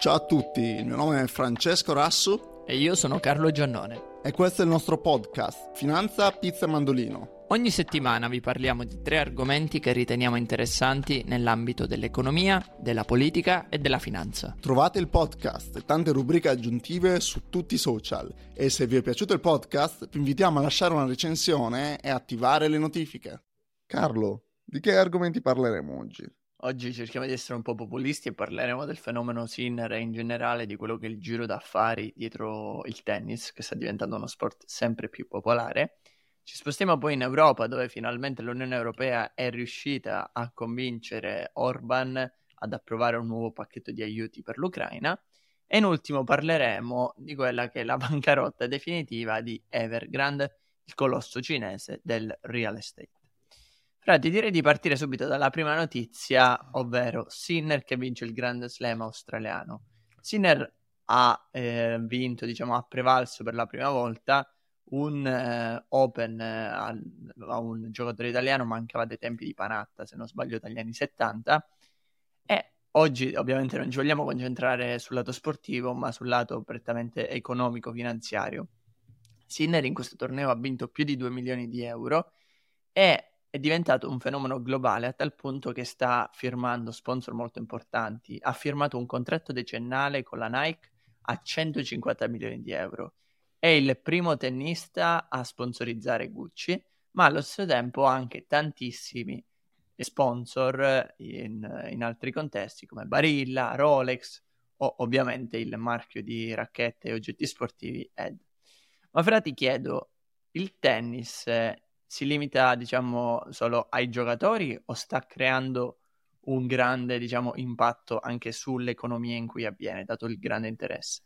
Ciao a tutti, il mio nome è Francesco Rassu e io sono Carlo Giannone. E questo è il nostro podcast, Finanza, Pizza e Mandolino. Ogni settimana vi parliamo di 3 argomenti che riteniamo interessanti nell'ambito dell'economia, della politica e della finanza. Trovate il podcast e tante rubriche aggiuntive su tutti i social e se vi è piaciuto il podcast vi invitiamo a lasciare una recensione e attivare le notifiche. Carlo, di che argomenti parleremo oggi? Oggi cerchiamo di essere un po' populisti e parleremo del fenomeno Sinner e in generale di quello che è il giro d'affari dietro il tennis, che sta diventando uno sport sempre più popolare. Ci spostiamo poi in Europa, dove finalmente l'Unione Europea è riuscita a convincere Orban ad approvare un nuovo pacchetto di aiuti per l'Ucraina. E in ultimo parleremo di quella che è la bancarotta definitiva di Evergrande, il colosso cinese del real estate. Però ti direi di partire subito dalla prima notizia, ovvero Sinner che vince il Grand Slam australiano. Sinner ha vinto, ha prevalso per la prima volta un Open a un giocatore italiano, mancava dei tempi di Panatta, se non sbaglio, dagli anni 70. E oggi ovviamente non ci vogliamo concentrare sul lato sportivo, ma sul lato prettamente economico-finanziario. Sinner in questo torneo ha vinto più di 2 milioni di euro e è diventato un fenomeno globale a tal punto che sta firmando sponsor molto importanti. Ha firmato un contratto decennale con la Nike a 150 milioni di euro. È il primo tennista a sponsorizzare Gucci, ma allo stesso tempo ha anche tantissimi sponsor in altri contesti come Barilla, Rolex o ovviamente il marchio di racchette e oggetti sportivi Ed. Ma Fra, ti chiedo, il tennis si limita, solo ai giocatori o sta creando un grande, impatto anche sull'economia in cui avviene, dato il grande interesse?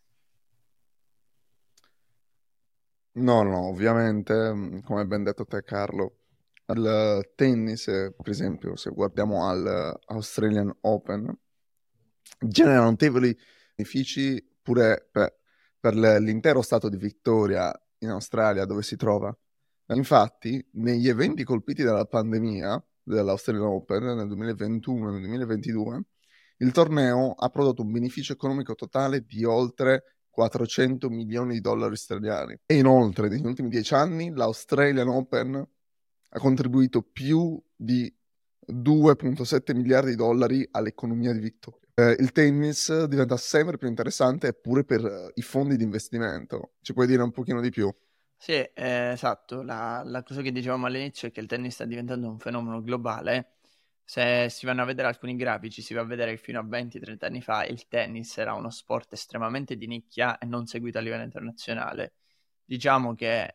No, ovviamente, come ben detto te Carlo, al tennis, per esempio, se guardiamo al Australian Open, genera notevoli benefici pure per l'intero stato di Victoria in Australia, dove si trova. Infatti, negli eventi colpiti dalla pandemia dell'Australian Open nel 2021 e nel 2022, il torneo ha prodotto un beneficio economico totale di oltre 400 milioni di dollari australiani. E inoltre, negli ultimi 10 anni, l'Australian Open ha contribuito più di 2,7 miliardi di dollari all'economia di Victoria. Il tennis diventa sempre più interessante pure per i fondi di investimento. Ci puoi dire un pochino di più? Sì, esatto. La cosa che dicevamo all'inizio è che il tennis sta diventando un fenomeno globale. Se si vanno a vedere alcuni grafici, si va a vedere che fino a 20-30 anni fa il tennis era uno sport estremamente di nicchia e non seguito a livello internazionale. Diciamo che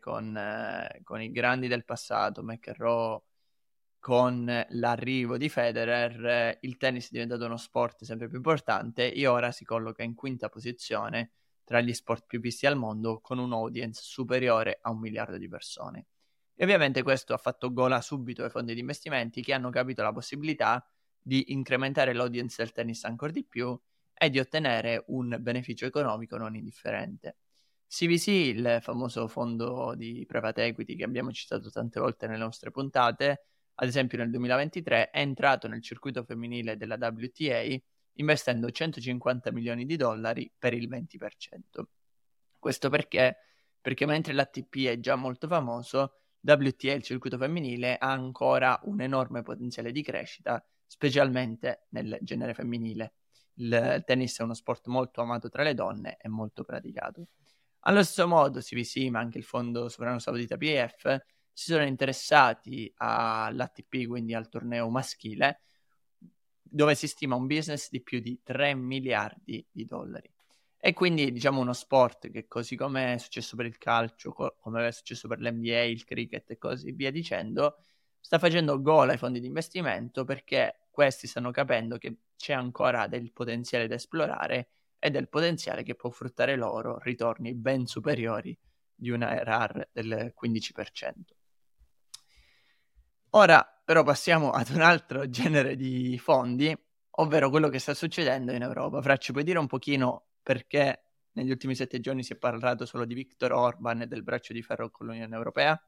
con i grandi del passato, McEnroe, con l'arrivo di Federer, il tennis è diventato uno sport sempre più importante e ora si colloca in quinta posizione tra gli sport più visti al mondo, con un audience superiore a 1 miliardo di persone. E ovviamente questo ha fatto gola subito ai fondi di investimenti, che hanno capito la possibilità di incrementare l'audience del tennis ancora di più e di ottenere un beneficio economico non indifferente. CVC, il famoso fondo di private equity che abbiamo citato tante volte nelle nostre puntate, ad esempio nel 2023 è entrato nel circuito femminile della WTA investendo 150 milioni di dollari per il 20%. Questo perché? Perché mentre l'ATP è già molto famoso, WTA, il circuito femminile, ha ancora un enorme potenziale di crescita, specialmente nel genere femminile. Il tennis è uno sport molto amato tra le donne e molto praticato. Allo stesso modo CVC, ma anche il fondo sovrano saudita PF, si sono interessati all'ATP, quindi al torneo maschile, dove si stima un business di più di 3 miliardi di dollari. E quindi uno sport che, così come è successo per il calcio, come è successo per l'NBA, il cricket e così via dicendo, sta facendo gola ai fondi di investimento perché questi stanno capendo che c'è ancora del potenziale da esplorare e del potenziale che può fruttare loro ritorni ben superiori di una RAR del 15%. Ora però passiamo ad un altro genere di fondi, ovvero quello che sta succedendo in Europa. Fra, ci puoi dire un pochino perché negli ultimi 7 giorni si è parlato solo di Viktor Orban e del braccio di ferro con l'Unione Europea?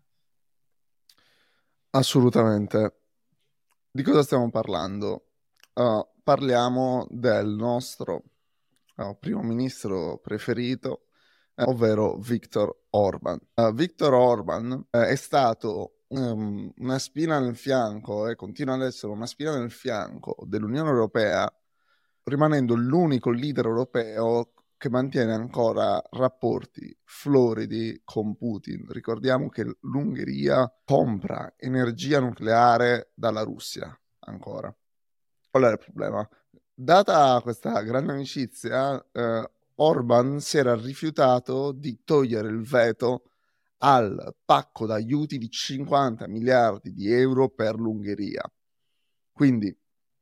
Assolutamente. Di cosa stiamo parlando? Parliamo del nostro primo ministro preferito, ovvero Viktor Orban. Viktor Orban è stato una spina nel fianco e continua ad essere una spina nel fianco dell'Unione Europea, rimanendo l'unico leader europeo che mantiene ancora rapporti floridi con Putin. Ricordiamo che l'Ungheria compra energia nucleare dalla Russia ancora. Qual è il problema? Data questa grande amicizia, Orban si era rifiutato di togliere il veto al pacco d'aiuti di 50 miliardi di euro per l'Ungheria. Quindi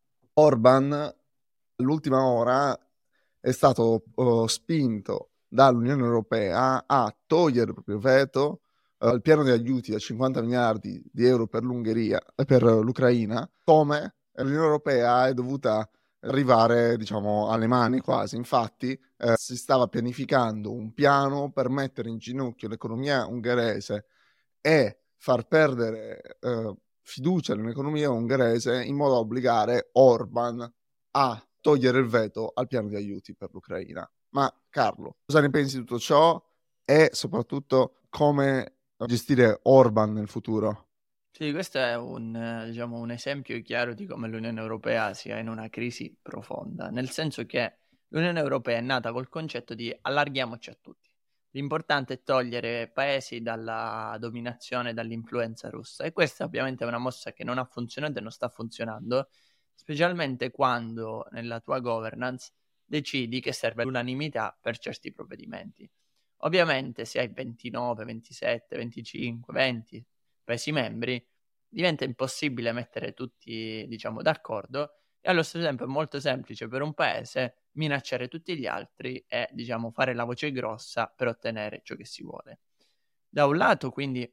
Orban all'ultima ora è stato spinto dall'Unione Europea a togliere il proprio veto al piano di aiuti da 50 miliardi di euro per l'Ungheria e per l'Ucraina, come l'Unione Europea è dovuta arrivare, diciamo, alle mani quasi. Infatti, si stava pianificando un piano per mettere in ginocchio l'economia ungherese e far perdere fiducia nell'economia ungherese in modo da obbligare Orban a togliere il veto al piano di aiuti per l'Ucraina. Ma Carlo, cosa ne pensi di tutto ciò e soprattutto come gestire Orban nel futuro? Sì, questo è diciamo, un esempio chiaro di come l'Unione Europea sia in una crisi profonda, nel senso che l'Unione Europea è nata col concetto di allarghiamoci a tutti. L'importante è togliere paesi dalla dominazione, dall'influenza russa, e questa ovviamente è una mossa che non ha funzionato e non sta funzionando, specialmente quando nella tua governance decidi che serve l'unanimità per certi provvedimenti. Ovviamente se hai 29, 27, 25, 20 Paesi membri, diventa impossibile mettere tutti, diciamo, d'accordo, e allo stesso tempo è molto semplice per un paese minacciare tutti gli altri e, diciamo, fare la voce grossa per ottenere ciò che si vuole. Da un lato, quindi,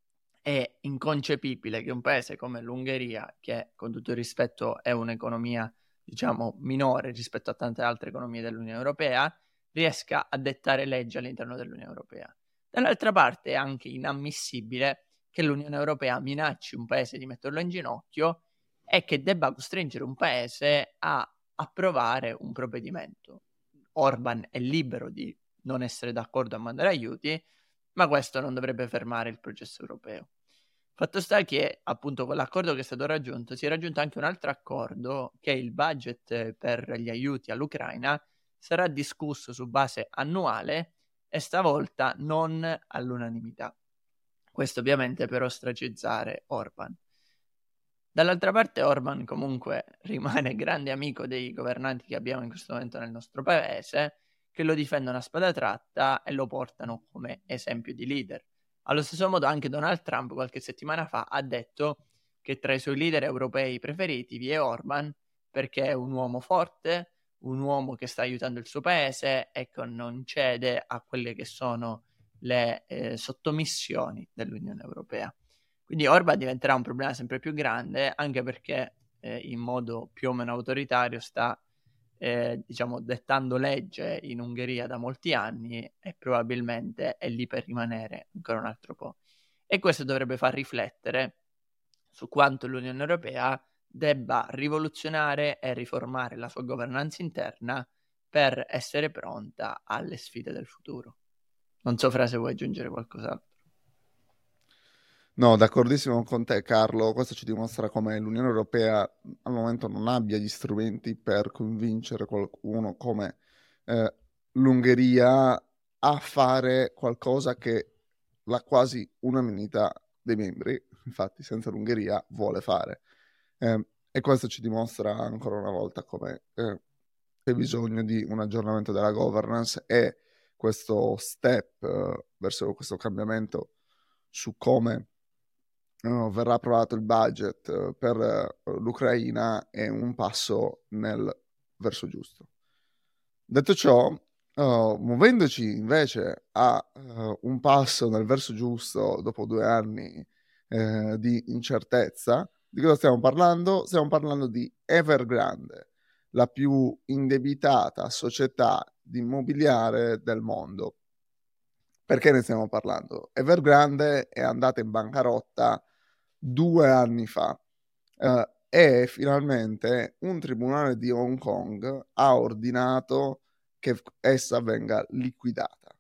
è inconcepibile che un paese come l'Ungheria, che con tutto il rispetto è un'economia, diciamo, minore rispetto a tante altre economie dell'Unione Europea, riesca a dettare leggi all'interno dell'Unione Europea. Dall'altra parte è anche inammissibile che l'Unione Europea minacci un paese di metterlo in ginocchio e che debba costringere un paese a approvare un provvedimento. Orban è libero di non essere d'accordo a mandare aiuti, ma questo non dovrebbe fermare il processo europeo. Fatto sta che, appunto, con l'accordo che è stato raggiunto, si è raggiunto anche un altro accordo, che il budget per gli aiuti all'Ucraina sarà discusso su base annuale e stavolta non all'unanimità. Questo ovviamente per ostracizzare Orban. Dall'altra parte Orban comunque rimane grande amico dei governanti che abbiamo in questo momento nel nostro paese, che lo difendono a spada tratta e lo portano come esempio di leader. Allo stesso modo anche Donald Trump qualche settimana fa ha detto che tra i suoi leader europei preferiti vi è Orban, perché è un uomo forte, un uomo che sta aiutando il suo paese e che non cede a quelle che sono le sottomissioni dell'Unione Europea. Quindi Orban diventerà un problema sempre più grande, anche perché in modo più o meno autoritario sta diciamo, dettando legge in Ungheria da molti anni e probabilmente è lì per rimanere ancora un altro po'. E questo dovrebbe far riflettere su quanto l'Unione Europea debba rivoluzionare e riformare la sua governance interna per essere pronta alle sfide del futuro. Non so, Fra, se vuoi aggiungere qualcos'altro. No, d'accordissimo con te, Carlo. Questo ci dimostra come l'Unione Europea al momento non abbia gli strumenti per convincere qualcuno come l'Ungheria a fare qualcosa che la quasi unanimità dei membri, infatti senza l'Ungheria, vuole fare. E questo ci dimostra ancora una volta come c'è bisogno di un aggiornamento della governance e questo step verso questo cambiamento su come verrà approvato il budget per l'Ucraina è un passo nel verso giusto. Detto ciò, muovendoci invece a un passo nel verso giusto dopo 2 anni di incertezza, di cosa stiamo parlando? Stiamo parlando di Evergrande, la più indebitata società di immobiliare del mondo. Perché ne stiamo parlando? Evergrande è andata in bancarotta 2 anni fa e finalmente un tribunale di Hong Kong ha ordinato che essa venga liquidata.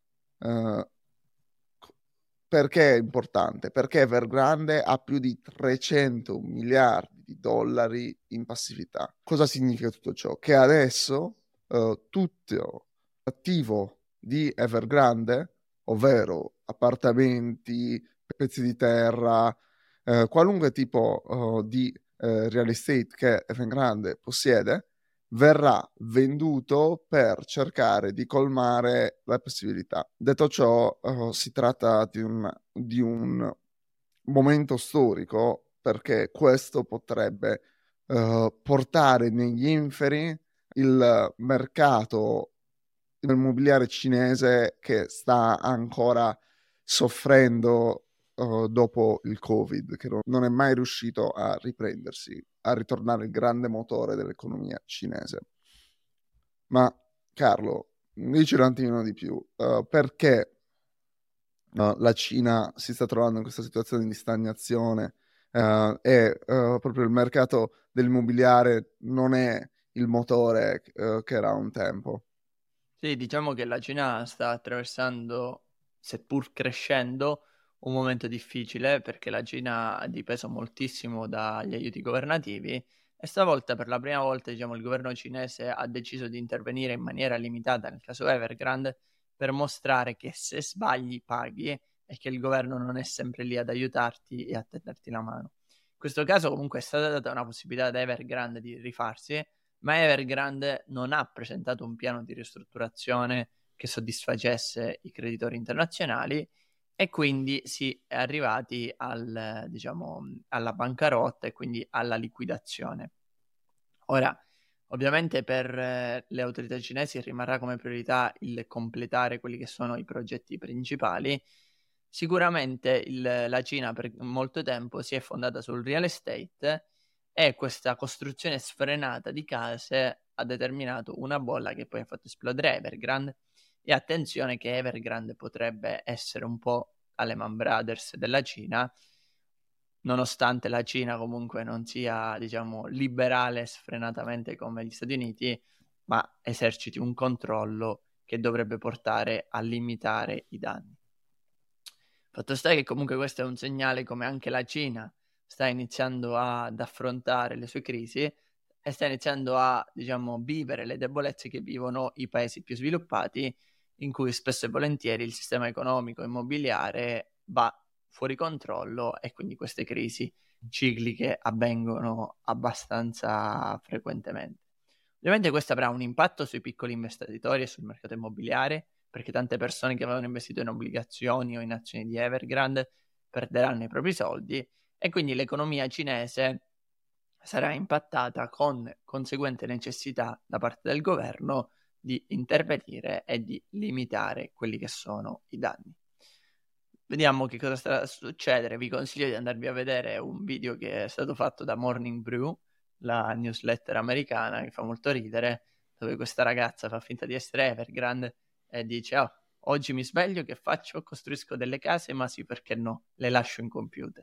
Perché è importante? Perché Evergrande ha più di 300 miliardi di dollari in passività. Cosa significa tutto ciò? Che adesso tutto l'attivo di Evergrande, ovvero appartamenti, pezzi di terra, qualunque tipo di real estate che Evergrande possiede, verrà venduto per cercare di colmare la possibilità. Detto ciò, si tratta di un momento storico perché questo potrebbe portare negli inferi il mercato immobiliare cinese che sta ancora soffrendo dopo il Covid, che non è mai riuscito a riprendersi, a ritornare il grande motore dell'economia cinese. Ma Carlo, dicelo un attimino di più, perché la Cina si sta trovando in questa situazione di stagnazione e proprio il mercato dell'immobiliare non è il motore che era un tempo. Sì, diciamo che la Cina sta attraversando, seppur crescendo, un momento difficile perché la Cina ha dipeso moltissimo dagli aiuti governativi e stavolta per la prima volta, diciamo, il governo cinese ha deciso di intervenire in maniera limitata nel caso Evergrande per mostrare che se sbagli paghi e che il governo non è sempre lì ad aiutarti e a tenerti la mano. In questo caso comunque è stata data una possibilità ad Evergrande di rifarsi, ma Evergrande non ha presentato un piano di ristrutturazione che soddisfacesse i creditori internazionali e quindi si è arrivati diciamo, alla bancarotta e quindi alla liquidazione. Ora, ovviamente per le autorità cinesi rimarrà come priorità il completare quelli che sono i progetti principali. Sicuramente la Cina per molto tempo si è fondata sul real estate e questa costruzione sfrenata di case ha determinato una bolla che poi ha fatto esplodere Evergrande. E attenzione che Evergrande potrebbe essere un po' a Lehman Brothers della Cina, nonostante la Cina comunque non sia, diciamo, liberale sfrenatamente come gli Stati Uniti, ma eserciti un controllo che dovrebbe portare a limitare i danni. Fatto sta che comunque questo è un segnale come anche la Cina sta iniziando ad affrontare le sue crisi e sta iniziando a, diciamo, vivere le debolezze che vivono i paesi più sviluppati, in cui spesso e volentieri il sistema economico immobiliare va fuori controllo e quindi queste crisi cicliche avvengono abbastanza frequentemente. Ovviamente questo avrà un impatto sui piccoli investitori e sul mercato immobiliare, perché tante persone che avevano investito in obbligazioni o in azioni di Evergrande perderanno i propri soldi e quindi l'economia cinese sarà impattata con conseguente necessità da parte del governo di intervenire e di limitare quelli che sono i danni. Vediamo che cosa starà a succedere. Vi consiglio di andarvi a vedere un video che è stato fatto da Morning Brew, la newsletter americana, che fa molto ridere, dove questa ragazza fa finta di essere Evergrande e dice: oh, oggi mi sveglio, che faccio? Costruisco delle case, ma sì, perché no? Le lascio in computer.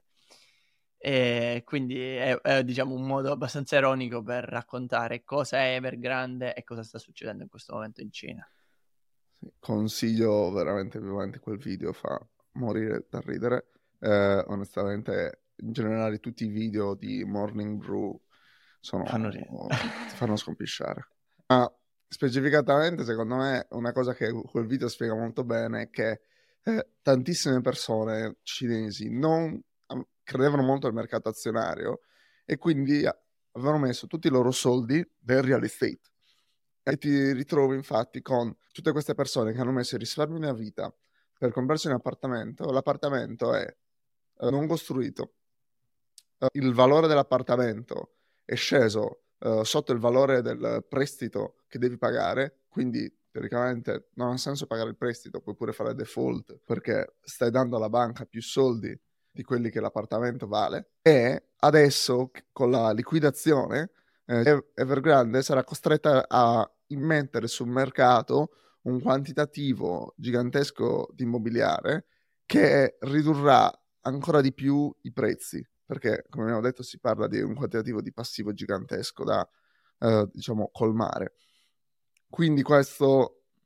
E quindi è, diciamo un modo abbastanza ironico per raccontare cosa è Evergrande e cosa sta succedendo in questo momento in Cina. Sì, consiglio veramente vivamente quel video, fa morire da ridere. Onestamente, in generale, tutti i video di Morning Brew Fanno ridere. ti fanno scompisciare. Ma specificatamente, secondo me, una cosa che quel video spiega molto bene è che tantissime persone cinesi non credevano molto al mercato azionario e quindi avevano messo tutti i loro soldi nel real estate. E ti ritrovi infatti con tutte queste persone che hanno messo il risparmio nella vita per comprarsi un appartamento. L'appartamento è non costruito. Il valore dell'appartamento è sceso sotto il valore del prestito che devi pagare, quindi teoricamente non ha senso pagare il prestito, puoi pure fare default perché stai dando alla banca più soldi di quelli che l'appartamento vale. E adesso con la liquidazione Evergrande sarà costretta a immettere sul mercato un quantitativo gigantesco di immobiliare che ridurrà ancora di più i prezzi, perché come abbiamo detto si parla di un quantitativo di passivo gigantesco da diciamo colmare. Quindi questo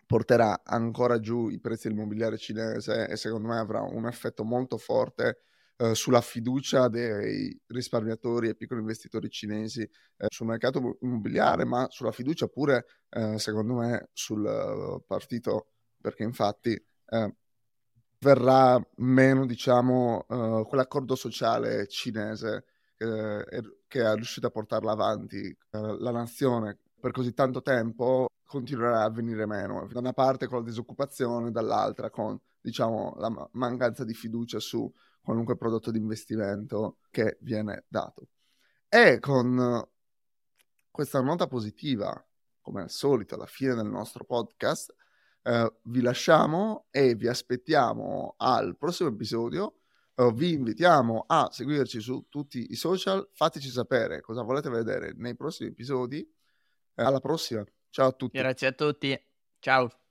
porterà ancora giù i prezzi dell'immobiliare cinese e secondo me avrà un effetto molto forte sulla fiducia dei risparmiatori e piccoli investitori cinesi sul mercato immobiliare, ma sulla fiducia pure, secondo me, sul partito, perché infatti verrà meno, diciamo, quell'accordo sociale cinese che è riuscito a portarla avanti la nazione per così tanto tempo, continuerà a venire meno. Da una parte con la disoccupazione, dall'altra con, diciamo, la mancanza di fiducia su qualunque prodotto di investimento che viene dato. E con questa nota positiva, come al solito, alla fine del nostro podcast, vi lasciamo e vi aspettiamo al prossimo episodio. Vi invitiamo a seguirci su tutti i social, fateci sapere cosa volete vedere nei prossimi episodi. Alla prossima, ciao a tutti. Grazie a tutti, ciao.